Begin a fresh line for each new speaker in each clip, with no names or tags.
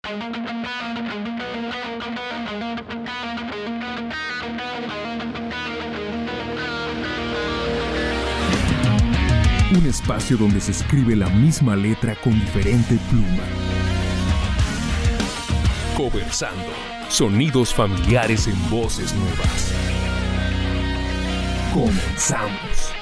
Un espacio donde se escribe la misma letra con diferente pluma. Conversando. Sonidos familiares en voces nuevas. Comenzamos.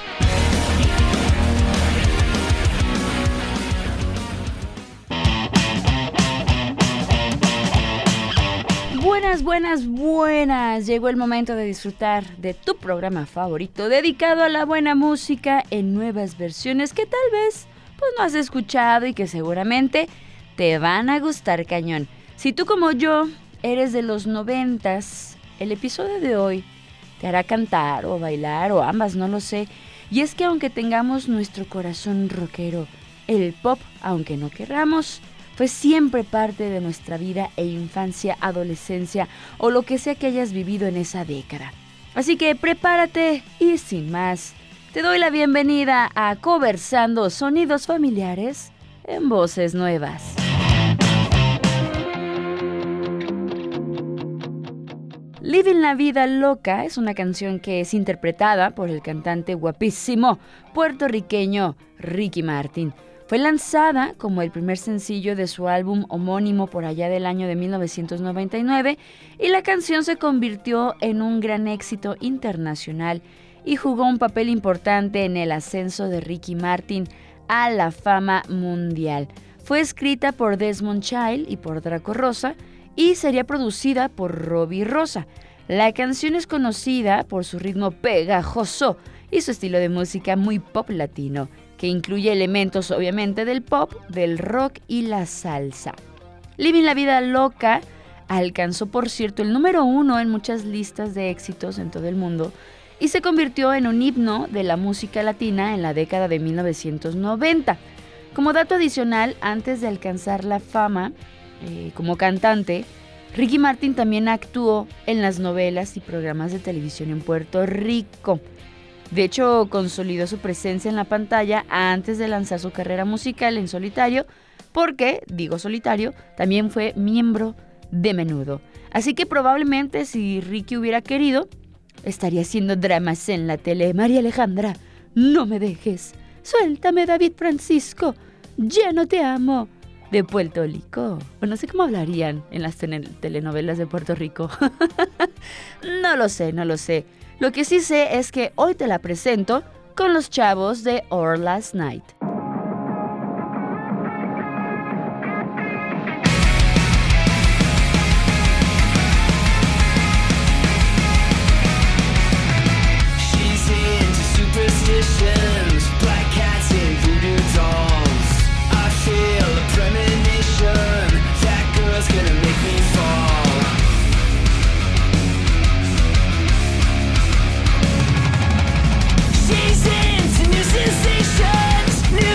Buenas. Llegó el momento de disfrutar de tu programa favorito dedicado a la buena música en nuevas versiones que tal vez pues no has escuchado y que seguramente te van a gustar cañón. Si tú como yo eres de los 90s, el episodio de hoy te hará cantar o bailar o ambas, no lo sé. Y es que aunque tengamos nuestro corazón rockero, el pop, aunque no querramos, fue siempre parte de nuestra vida e infancia, adolescencia o lo que sea que hayas vivido en esa década. Así que prepárate y sin más, te doy la bienvenida a Conversando Sonidos Familiares en Voces Nuevas. Living la Vida Loca es una canción que es interpretada por el cantante guapísimo puertorriqueño Ricky Martin. Fue lanzada como el primer sencillo de su álbum homónimo por allá del año de 1999 y la canción se convirtió en un gran éxito internacional y jugó un papel importante en el ascenso de Ricky Martin a la fama mundial. Fue escrita por Desmond Child y por Draco Rosa y sería producida por Robbie Rosa. La canción es conocida por su ritmo pegajoso y su estilo de música muy pop latino, que incluye elementos obviamente del pop, del rock y la salsa. Living la Vida Loca alcanzó, por cierto, el número 1 en muchas listas de éxitos en todo el mundo y se convirtió en un himno de la música latina en la década de 1990. Como dato adicional, antes de alcanzar la fama como cantante, Ricky Martin también actuó en las novelas y programas de televisión en Puerto Rico. De hecho, consolidó su presencia en la pantalla antes de lanzar su carrera musical en solitario, porque, digo solitario, también fue miembro de Menudo. Así que probablemente si Ricky hubiera querido, estaría haciendo dramas en la tele. María Alejandra, no me dejes. Suéltame, David Francisco. Ya no te amo. De Puerto Rico. O no sé cómo hablarían en las telenovelas de Puerto Rico. No lo sé. Lo que sí sé es que hoy te la presento con los chavos de Our Last Night.
She's into superstitions, black cats and voodoo dolls. I feel a premonition, that girl's gonna make me fall. She's into new sensations, new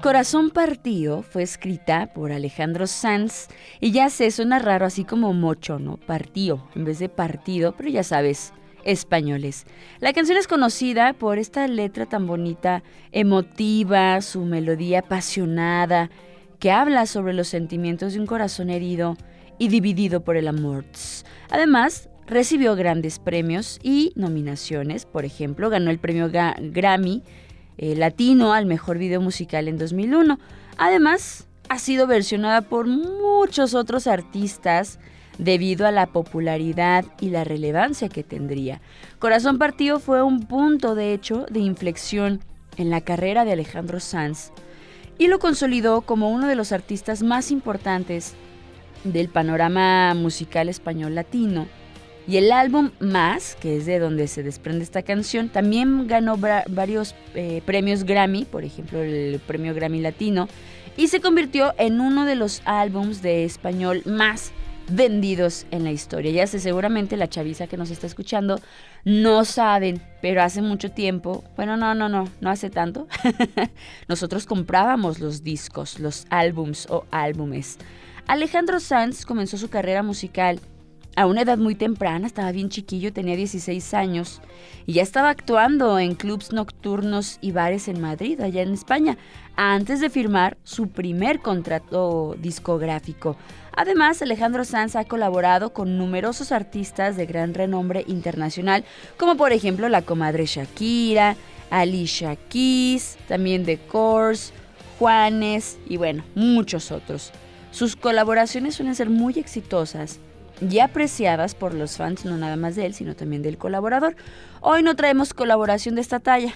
Corazón Partido fue escrita por Alejandro Sanz y ya sé, suena raro así como mocho, ¿no? Partido en vez de partido, pero ya sabes, españoles. La canción es conocida por esta letra tan bonita, emotiva, su melodía apasionada, que habla sobre los sentimientos de un corazón herido y dividido por el amor. Además, recibió grandes premios y nominaciones. Por ejemplo, ganó el premio Grammy Latino al mejor video musical en 2001. Además, ha sido versionada por muchos otros artistas debido a la popularidad y la relevancia que tendría. Corazón Partido fue un punto, de hecho, de inflexión en la carrera de Alejandro Sanz y lo consolidó como uno de los artistas más importantes del panorama musical español latino. Y el álbum Más, que es de donde se desprende esta canción, también ganó varios premios Grammy, por ejemplo el premio Grammy Latino, y se convirtió en uno de los álbums de español más vendidos en la historia. Ya sé, seguramente la chaviza que nos está escuchando no saben, pero hace mucho tiempo, bueno, no hace tanto, nosotros comprábamos los discos, los álbums o álbumes. Alejandro Sanz comenzó su carrera musical a una edad muy temprana, estaba bien chiquillo, tenía 16 años y ya estaba actuando en clubs nocturnos y bares en Madrid, allá en España, antes de firmar su primer contrato discográfico. Además, Alejandro Sanz ha colaborado con numerosos artistas de gran renombre internacional, como por ejemplo la comadre Shakira, Alicia Keys, también The Corrs, Juanes y bueno, muchos otros. Sus colaboraciones suelen ser muy exitosas y apreciadas por los fans, no nada más de él, sino también del colaborador. Hoy no traemos colaboración de esta talla,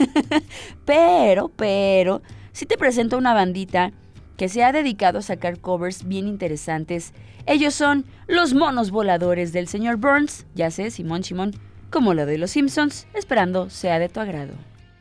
pero, sí te presento una bandita que se ha dedicado a sacar covers bien interesantes. Ellos son los Monos Voladores del señor Burns, ya sé, Simón, como lo de los Simpsons, esperando sea de tu agrado.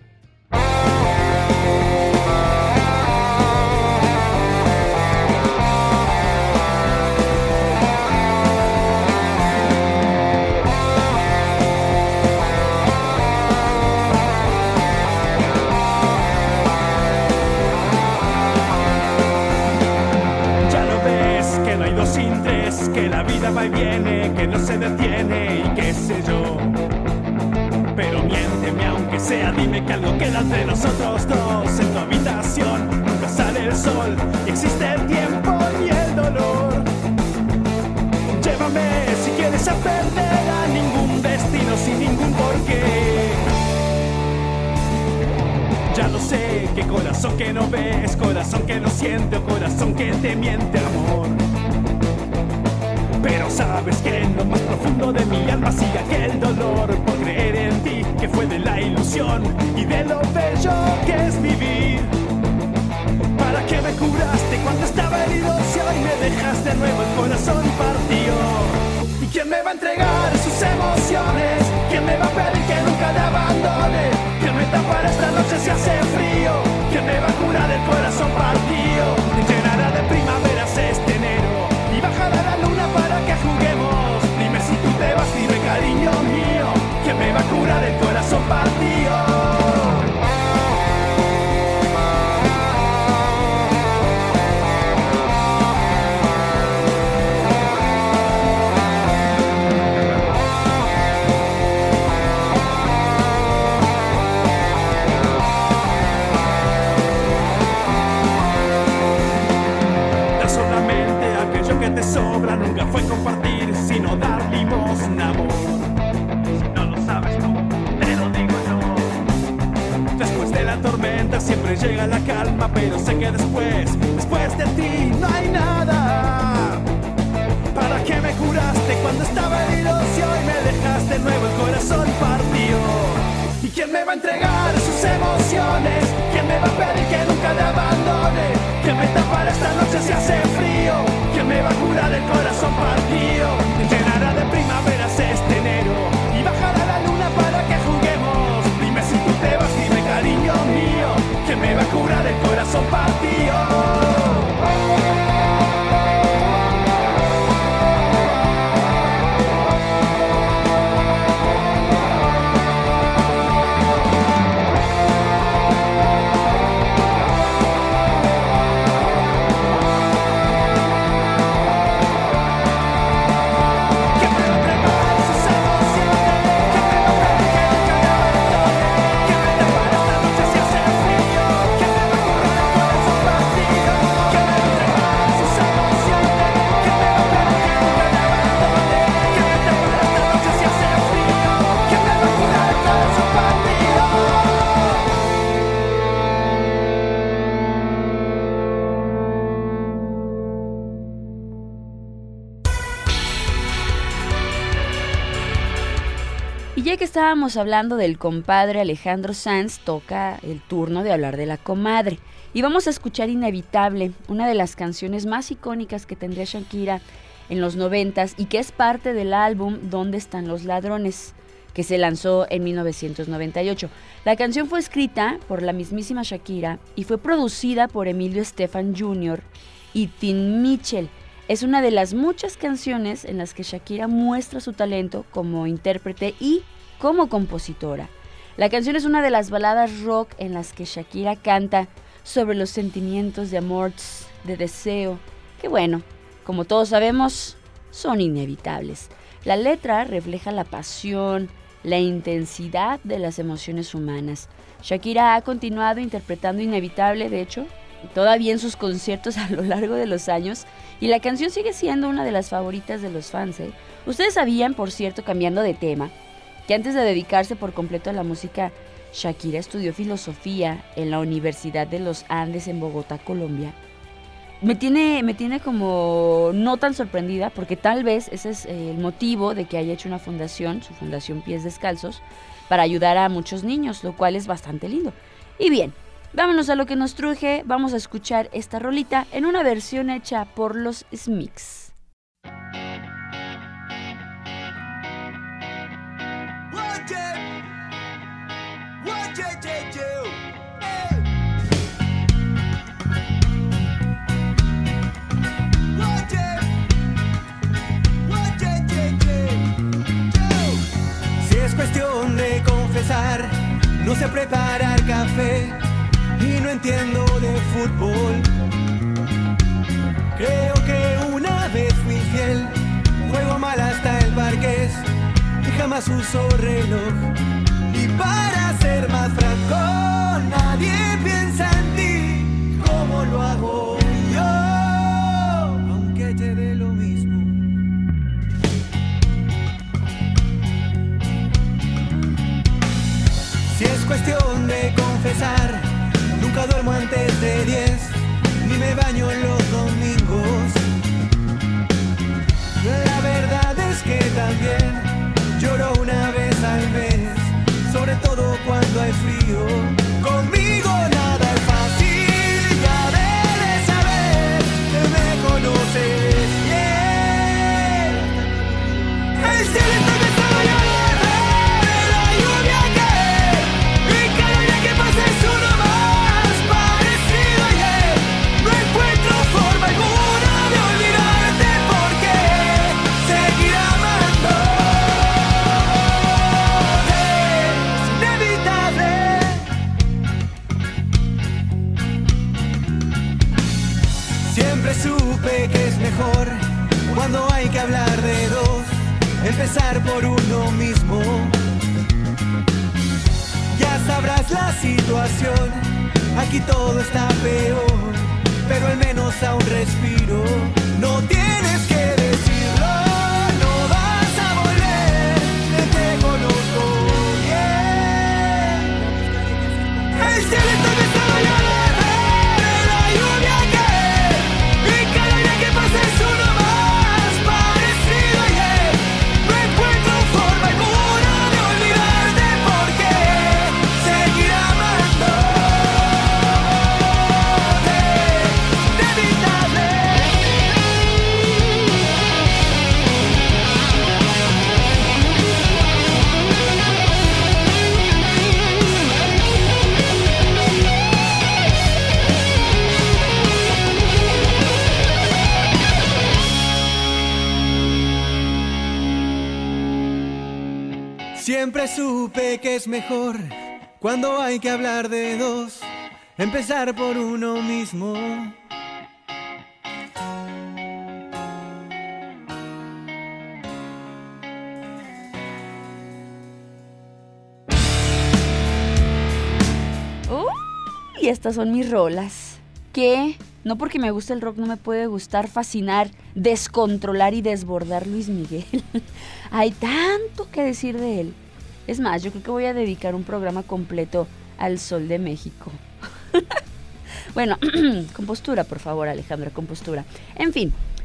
Que la vida va y viene, que no se detiene y qué sé yo. Pero miénteme aunque sea, dime que algo queda entre nosotros dos. En tu habitación nunca sale el sol y existe el tiempo y el dolor. Llévame si quieres a perder a ningún destino sin ningún porqué. Ya lo sé, que corazón que no ves, corazón que no siente o corazón que te miente, amor. Pero sabes que en lo más profundo de mi alma sigue aquel dolor por creer en ti, que fue de la ilusión y de lo bello que es vivir. ¿Para qué me curaste cuando estaba herido si hoy me dejas de nuevo el corazón partido? ¿Y quién me va a entregar sus emociones? ¿Quién me va a pedir que nunca te abandone? ¿Quién me tapará esta noche si hace frío? ¿Quién me va a curar el corazón partido? ¿Quién llenará de primaveras este enero? Y bajará la luna para que juguemos. Dime si tú te vas, dime cariño mío, ¿quién me va a curar el corazón partido? Te sobra, nunca fue compartir, sino dar limosna, amor. Si no lo sabes tú, te lo digo yo. Después de la tormenta siempre llega la calma, pero sé que después de ti no hay nada. ¿Para qué me curaste cuando estaba herido si hoy me dejas de nuevo el corazón partido? ¿Y quién me va a entregar sus emociones? ¿Quién me va a pedir que nunca te abandone? ¿Quién me tapará esta noche si hace frío? ¿Quién me va a curar el corazón partido? ¿Quién llenará de primaveras este enero? Y bajará la luna para que juguemos. Dime si tú te vas, dime cariño mío, ¿quién me va a curar el corazón partido?
Y ya que estábamos hablando del compadre Alejandro Sanz, toca el turno de hablar de la comadre. Y vamos a escuchar Inevitable, una de las canciones más icónicas que tendría Shakira en los 90s y que es parte del álbum ¿Dónde están los ladrones?, que se lanzó en 1998. La canción fue escrita por la mismísima Shakira y fue producida por Emilio Estefan Jr. y Tim Mitchell. Es una de las muchas canciones en las que Shakira muestra su talento como intérprete y como compositora. La canción es una de las baladas rock en las que Shakira canta sobre los sentimientos de amor, de deseo, que bueno, como todos sabemos, son inevitables. La letra refleja la pasión, la intensidad de las emociones humanas. Shakira ha continuado interpretando Inevitable, de hecho, todavía en sus conciertos a lo largo de los años, y la canción sigue siendo una de las favoritas de los fans, ¿eh? Ustedes sabían, por cierto, cambiando de tema, que antes de dedicarse por completo a la música, Shakira estudió filosofía en la Universidad de los Andes en Bogotá, Colombia. Me tiene como no tan sorprendida, porque tal vez ese es el motivo de que haya hecho una fundación, su fundación Pies Descalzos, para ayudar a muchos niños, lo cual es bastante lindo. Y bien, vámonos a lo que nos truje, vamos a escuchar esta rolita en una versión hecha por los Smiths.
Si es cuestión de confesar, no sé preparar café y no entiendo de fútbol. Creo que una vez fui fiel, juego mal hasta el parqués y jamás uso reloj. Y para ser más franco, nadie piensa en ti como lo hago yo, aunque te dé lo mismo. Si es cuestión de confesar, nunca duermo antes de 10, ni me baño los domingos. La verdad es que también lloro una vez al mes, sobre todo cuando hay frío. Conmigo nada es fácil, ya debes saber que me conoces bien. El cielo está desarrollado, la lluvia cae, y cada día que pasa es uno más parecido a ayer. No encuentro forma alguna de olvidarte porque seguir amando. Siempre supe que es mejor cuando hay que hablar de dos, empezar por uno mismo. Ya sabrás la situación, aquí todo está peor, pero al menos aún respiro. No tienes que decirlo, no vas a volver, te conozco bien. El cielo está desarrollado. Siempre supe que es mejor cuando hay que hablar de dos, empezar por uno mismo.
Y estas son mis rolas, que no porque me guste el rock no me puede gustar, fascinar, descontrolar y desbordar Luis Miguel. Hay tanto que decir de él. Es más, yo creo que voy a dedicar un programa completo al Sol de México. Bueno, compostura, por favor, Alejandra, compostura. En fin,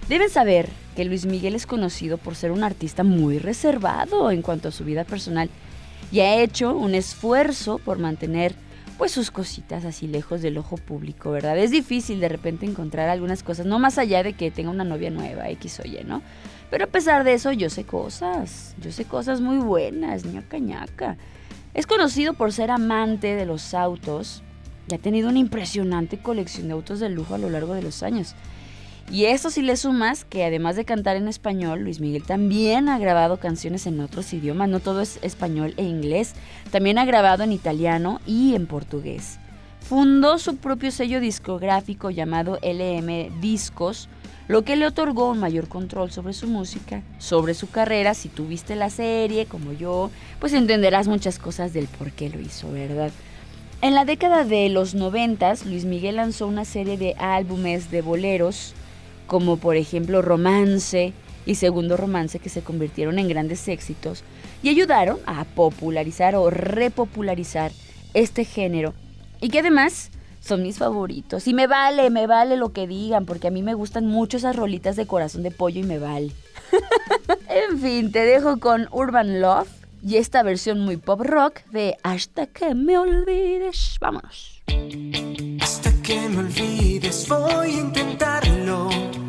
Deben saber que Luis Miguel es conocido por ser un artista muy reservado en cuanto a su vida personal y ha hecho un esfuerzo por mantener pues sus cositas así lejos del ojo público, ¿verdad? Es difícil de repente encontrar algunas cosas, no más allá de que tenga una novia nueva, X o Y, ¿no? Pero a pesar de eso, yo sé cosas muy buenas, ñaca ñaca. Es conocido por ser amante de los autos y ha tenido una impresionante colección de autos de lujo a lo largo de los años. Y eso sí le sumas que además de cantar en español, Luis Miguel también ha grabado canciones en otros idiomas, no todo es español e inglés, también ha grabado en italiano y en portugués. Fundó su propio sello discográfico llamado LM Discos, lo que le otorgó un mayor control sobre su música, sobre su carrera. Si tú viste la serie, como yo, pues entenderás muchas cosas del por qué lo hizo, ¿verdad? En la década de los 90, Luis Miguel lanzó una serie de álbumes de boleros, como por ejemplo Romance y Segundo Romance, que se convirtieron en grandes éxitos y ayudaron a popularizar o repopularizar este género, y que además son mis favoritos. Y me vale lo que digan, porque a mí me gustan mucho esas rolitas de Corazón de Pollo y me vale. En fin, te dejo con Urban Love y esta versión muy pop rock de Hasta que me olvides. Vámonos.
Hasta que me olvides voy a intentarlo.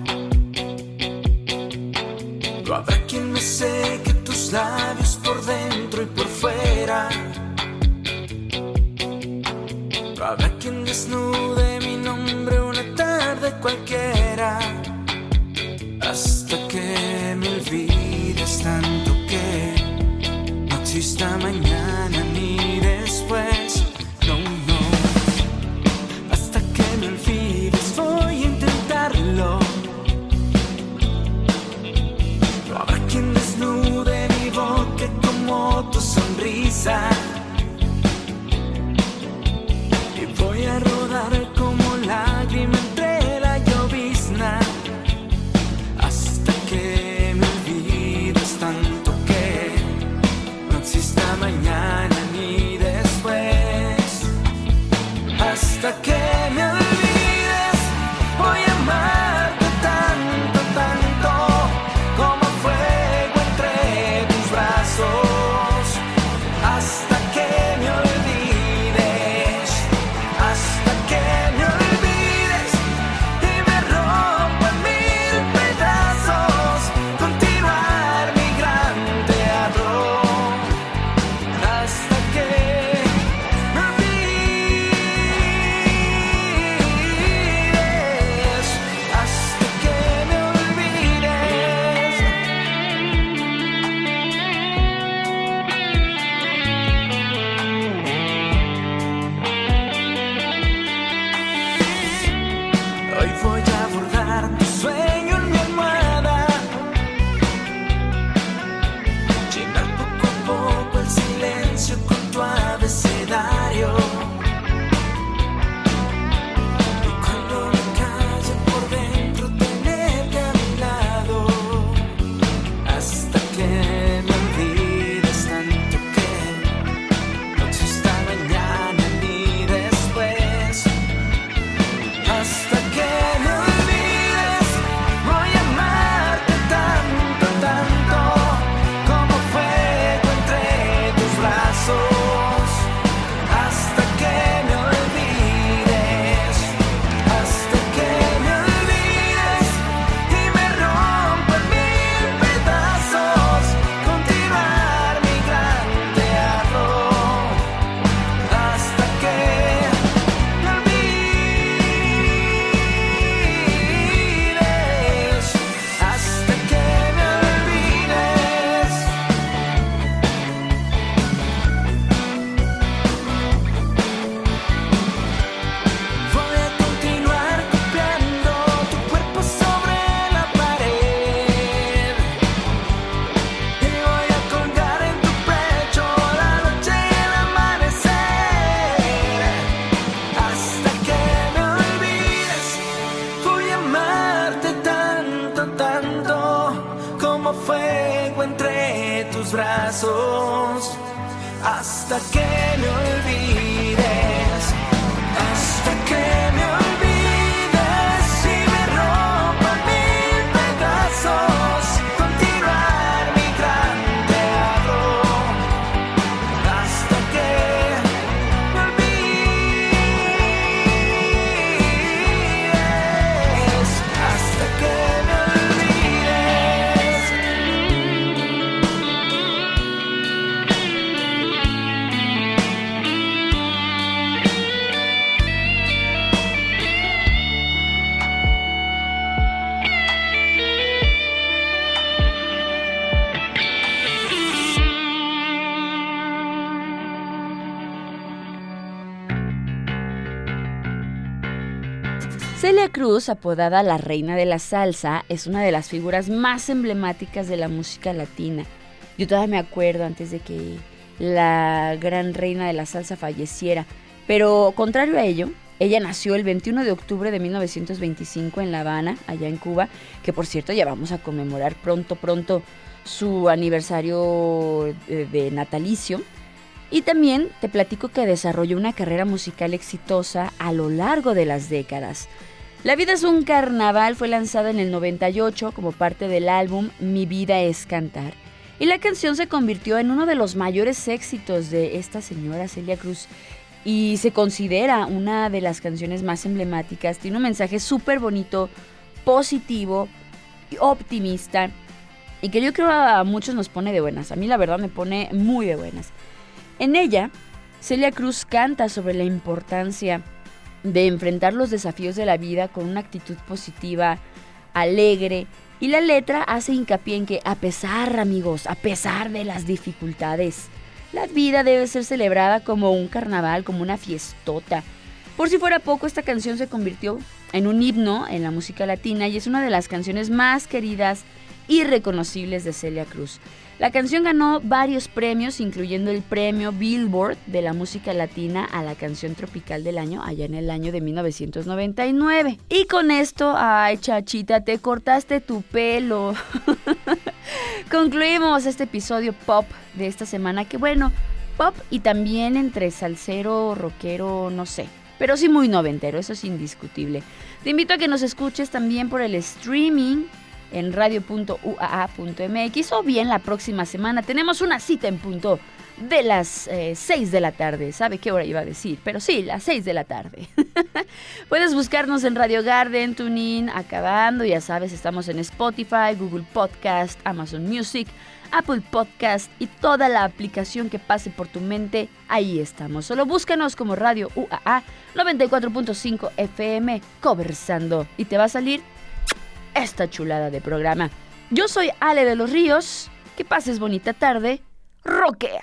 No habrá quien me seque tus labios por dentro y por fuera. No habrá quien desnude mi nombre una tarde cualquiera. Hasta que me olvides tanto que no exista mañana ni después. No, no. Hasta que me olvides voy a intentarlo. No habrá quien desnude mi boca como tu sonrisa. Y voy a rodar como lágrima entre la llovizna. Hasta que me olvides tanto que no exista mañana ni después. Hasta que me olvides voy a amarte tanto, tanto como fuego entre tus brazos. Hasta que me olvides, hasta que me olvides y me rompan mil pedazos. Continuar mi gran teatro. Hasta que me olvides, hasta que me olvides. Hoy voy a bordar tu sueño en mi almohada, llenar poco a poco el silencio con tu abecedario. Y cuando me calle por dentro tenerte a mi lado. Hasta que me olvides tanto que no exista mañana ni después. Hasta que me olvides voy a amarte tanto, tanto como fuego entre tus brazos. Hasta que me olvides, hasta que me olvides y me rompan mil pedazos. Continuar mi gran teatro. Hasta que me olvides, hasta que me olvides. Voy a continuar copiando tu cuerpo sobre la pared. Y voy a colgar en tu pecho la noche y el amanecer. Hasta que me olvides voy a amarte tanto, tanto como fuego entre tus brazos. Hasta que me olvides, hasta que me olvides y me rompan mil pedazos.
Celia Cruz, apodada la Reina de la Salsa, es una de las figuras más emblemáticas de la música latina. Yo todavía me acuerdo antes de que la gran reina de la salsa falleciera, pero contrario a ello, ella nació el 21 de octubre de 1925 en La Habana, allá en Cuba, que por cierto ya vamos a conmemorar pronto su aniversario de natalicio. Y también te platico que desarrolló una carrera musical exitosa a lo largo de las décadas. La vida es un carnaval fue lanzada en el 98 como parte del álbum Mi vida es cantar. Y la canción se convirtió en uno de los mayores éxitos de esta señora Celia Cruz. Y se considera una de las canciones más emblemáticas. Tiene un mensaje súper bonito, positivo, optimista. Y que yo creo a muchos nos pone de buenas. A mí la verdad me pone muy de buenas. En ella, Celia Cruz canta sobre la importancia de enfrentar los desafíos de la vida con una actitud positiva, alegre, y la letra hace hincapié en que a pesar de las dificultades, la vida debe ser celebrada como un carnaval, como una fiestota. Por si fuera poco, esta canción se convirtió en un himno en la música latina y es una de las canciones más queridas y reconocibles de Celia Cruz. La canción ganó varios premios, incluyendo el premio Billboard de la música latina a la canción tropical del año, allá en el año de 1999. Y con esto, ay chachita, te cortaste tu pelo. Concluimos este episodio pop de esta semana, que bueno, pop y también entre salsero, rockero, no sé, pero sí muy noventero, eso es indiscutible. Te invito a que nos escuches también por el streaming en radio.uaa.mx o bien la próxima semana tenemos una cita en punto de las 6 de la tarde. ¿Sabe qué hora iba a decir? Pero sí, las 6 de la tarde. Puedes buscarnos en Radio Garden, TuneIn, Acabando. Ya sabes, estamos en Spotify, Google Podcast, Amazon Music, Apple Podcast y toda la aplicación que pase por tu mente. Ahí estamos. Solo búscanos como Radio UAA 94.5 FM conversando y te va a salir esta chulada de programa. Yo soy Ale de los Ríos. Que pases bonita tarde. Roquea.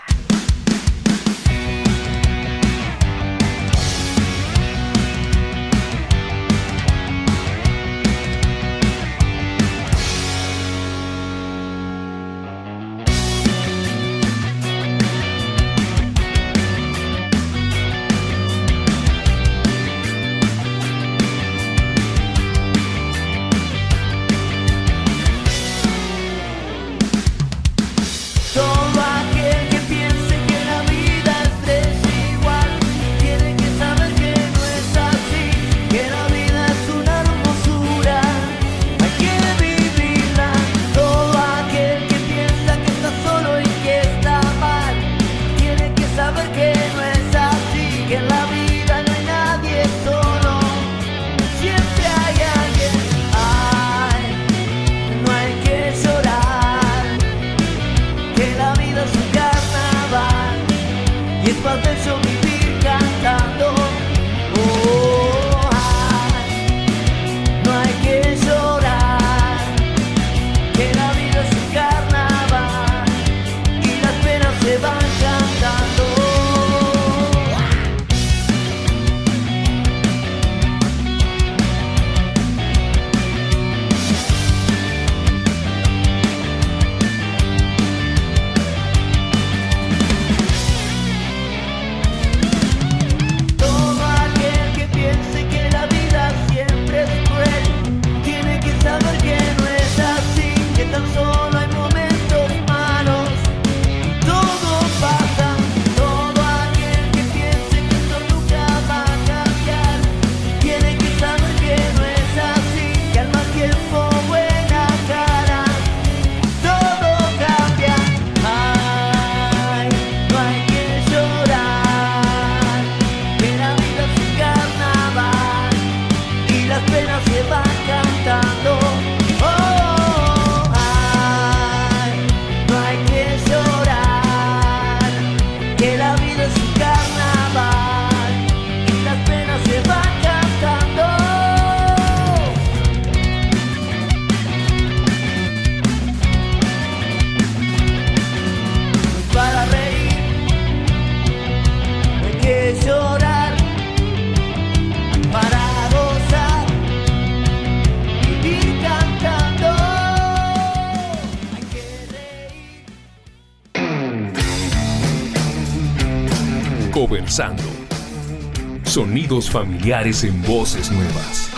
Conversando. Sonidos familiares en voces nuevas.